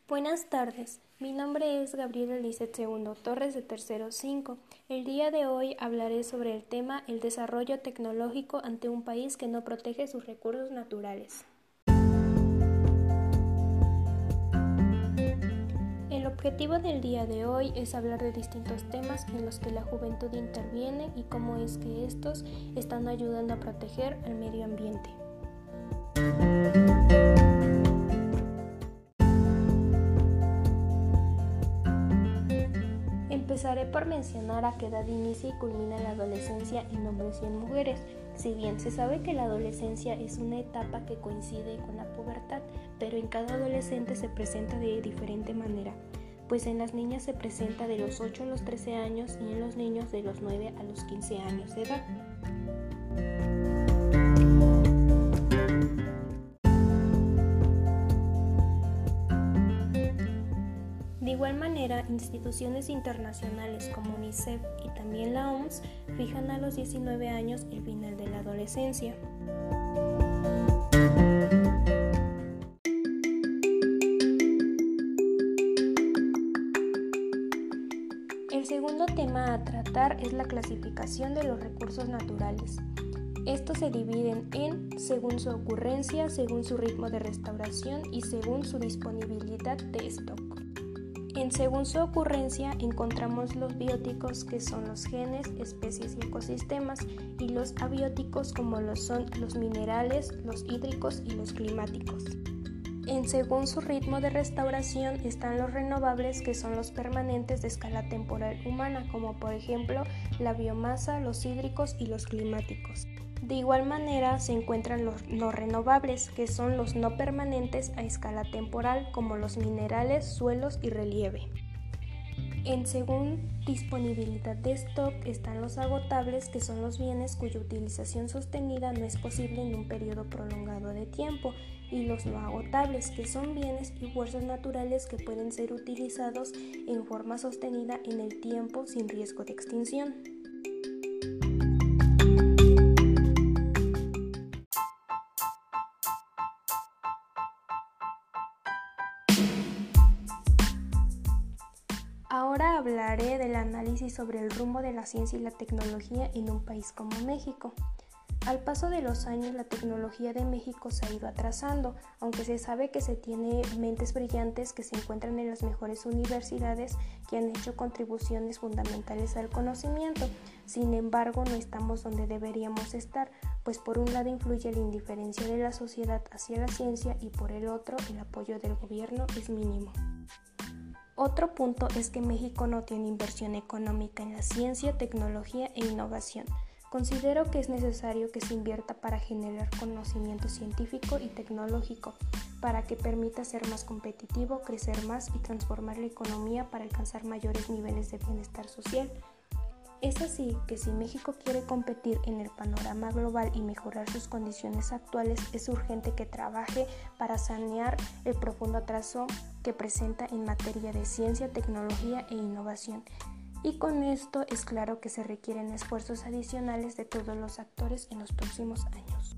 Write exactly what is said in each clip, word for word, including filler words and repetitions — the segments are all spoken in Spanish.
Buenas tardes, mi nombre es Gabriela Lizeth Segundo Torres de Tercero cinco. El día de hoy hablaré sobre el tema el desarrollo tecnológico ante un país que no protege sus recursos naturales. El objetivo del día de hoy es hablar de distintos temas en los que la juventud interviene y cómo es que estos están ayudando a proteger al medio ambiente. Empezaré por mencionar a qué edad inicia y culmina la adolescencia en hombres y en mujeres. Si bien se sabe que la adolescencia es una etapa que coincide con la pubertad, pero en cada adolescente se presenta de diferente manera, pues en las niñas se presenta de los ocho a los trece años y en los niños de los nueve a los quince años de edad. De igual manera, instituciones internacionales como UNICEF y también la O M S fijan a los diecinueve años el final de la adolescencia. El segundo tema a tratar es la clasificación de los recursos naturales. Estos se dividen en según su ocurrencia, según su ritmo de restauración y según su disponibilidad de stock. En según su ocurrencia encontramos los bióticos, que son los genes, especies y ecosistemas, y los abióticos, como lo son los minerales, los hídricos y los climáticos. En según su ritmo de restauración están los renovables, que son los permanentes de escala temporal humana, como por ejemplo la biomasa, los hídricos y los climáticos. De igual manera se encuentran los no renovables, que son los no permanentes a escala temporal, como los minerales, suelos y relieve. En según disponibilidad de stock están los agotables, que son los bienes cuya utilización sostenida no es posible en un periodo prolongado de tiempo, y los no agotables, que son bienes y fuerzas naturales que pueden ser utilizados en forma sostenida en el tiempo sin riesgo de extinción. Ahora hablaré del análisis sobre el rumbo de la ciencia y la tecnología en un país como México. Al paso de los años, la tecnología de México se ha ido atrasando, aunque se sabe que se tiene mentes brillantes que se encuentran en las mejores universidades que han hecho contribuciones fundamentales al conocimiento. Sin embargo, no estamos donde deberíamos estar, pues por un lado influye la indiferencia de la sociedad hacia la ciencia y por el otro el apoyo del gobierno es mínimo. Otro punto es que México no tiene inversión económica en la ciencia, tecnología e innovación. Considero que es necesario que se invierta para generar conocimiento científico y tecnológico, para que permita ser más competitivo, crecer más y transformar la economía para alcanzar mayores niveles de bienestar social. Es así que si México quiere competir en el panorama global y mejorar sus condiciones actuales, es urgente que trabaje para sanear el profundo atraso que presenta en materia de ciencia, tecnología e innovación. Y con esto es claro que se requieren esfuerzos adicionales de todos los actores en los próximos años.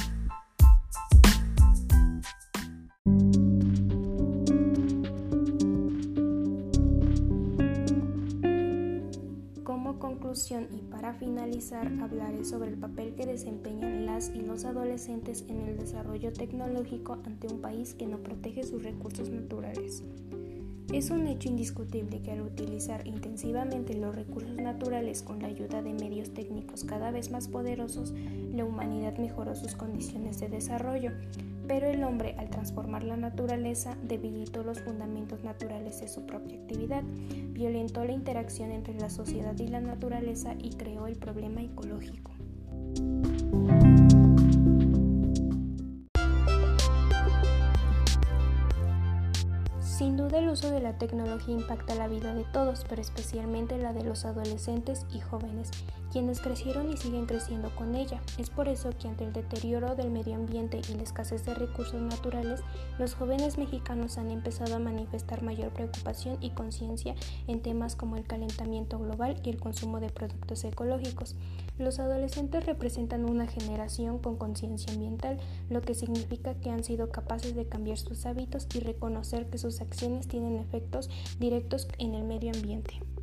Como conclusión y para finalizar, hablaré sobre el papel que desempeñan las y los adolescentes en el desarrollo tecnológico ante un país que no protege sus recursos naturales. Es un hecho indiscutible que al utilizar intensivamente los recursos naturales con la ayuda de medios técnicos cada vez más poderosos, la humanidad mejoró sus condiciones de desarrollo, pero el hombre, al transformar la naturaleza, debilitó los fundamentos naturales de su propia actividad, violentó la interacción entre la sociedad y la naturaleza y creó el problema ecológico. Sin duda el uso de la tecnología impacta la vida de todos, pero especialmente la de los adolescentes y jóvenes, quienes crecieron y siguen creciendo con ella. Es por eso que ante el deterioro del medio ambiente y la escasez de recursos naturales, los jóvenes mexicanos han empezado a manifestar mayor preocupación y conciencia en temas como el calentamiento global y el consumo de productos ecológicos. Los adolescentes representan una generación con conciencia ambiental, lo que significa que han sido capaces de cambiar sus hábitos y reconocer que sus acciones tienen efectos directos en el medio ambiente.